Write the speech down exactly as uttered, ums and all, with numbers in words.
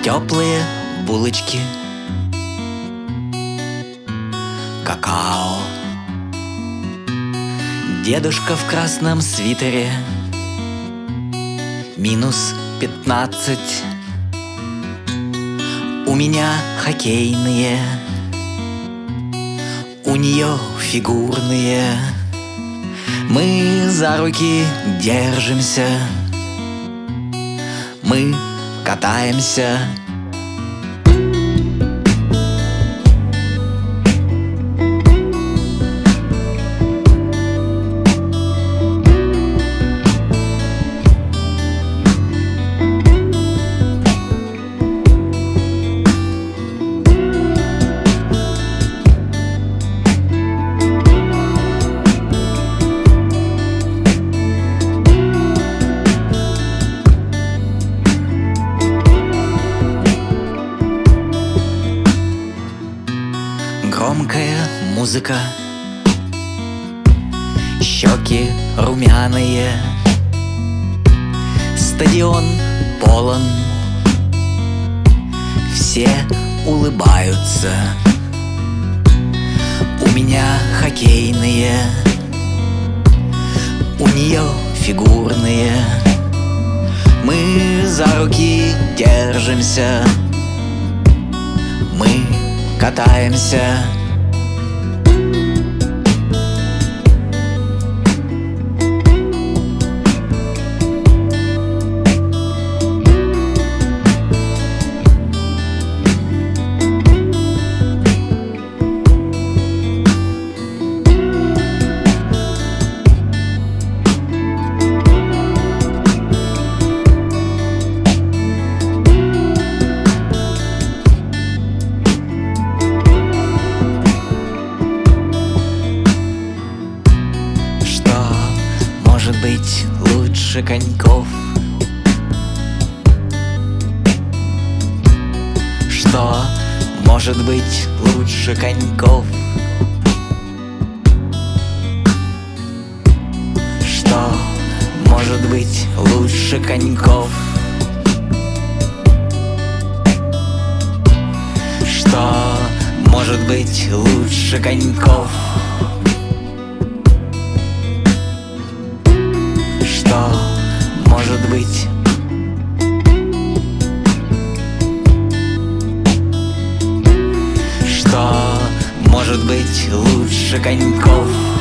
теплые булочки, какао. Дедушка в красном свитере, минус пятнадцать. У меня хоккейные, у нее фигурные. Мы за руки держимся, мы катаемся. Громкая музыка, щеки румяные, стадион полон, все улыбаются. У меня хоккейные, у нее фигурные. Мы за руки держимся, мы катаемся. Может быть, лучше коньков? Что может быть лучше коньков? Что может быть лучше коньков? Что может быть лучше коньков? Что может быть? Что может быть лучше коньков?